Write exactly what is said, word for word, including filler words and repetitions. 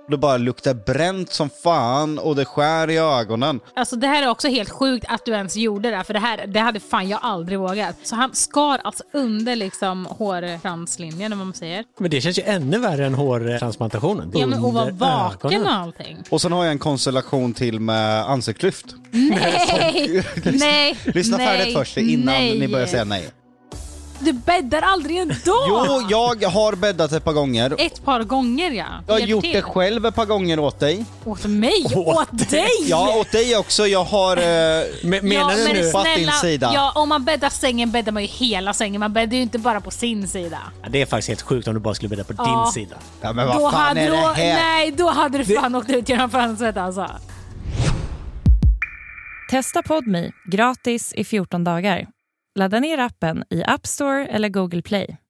Det bara luktar bränt som fan och det skär i ögonen. Alltså det här är också helt sjukt att du ens gjorde det. För det här, det hade fan jag aldrig vågat. Så han skar alltså under liksom hårfranslinjen, om man säger. Men det känns ju ännu värre än hårtransplantationen. Ja, men och vara vaken ögonen. och allting. Och sen har jag en konstellation till med ansiktsklyft. Nej! nej! Lyssna nej, färdigt först innan nej. ni börjar säga nej. Du bäddar aldrig ändå! Jo, jag har bäddat ett par gånger. Ett par gånger, ja. Jag har Hjälp gjort till. det själv ett par gånger åt dig. Åt mig? Åt Åt dig? Ja, åt dig också. Jag har... Eh, Men, menar Ja, du men nu? Fast din snälla, sida. ja, om man bäddar sängen bäddar man ju hela sängen. Man bäddar ju inte bara på sin sida. Ja, det är faktiskt helt sjukt om du bara skulle bädda på Ja. din sida. ja, men vad Då fan hade är du, det här? nej, då hade du fan åkt ut genom fönstret alltså. Testa Podme gratis i fjorton dagar. Ladda ner appen i App Store eller Google Play.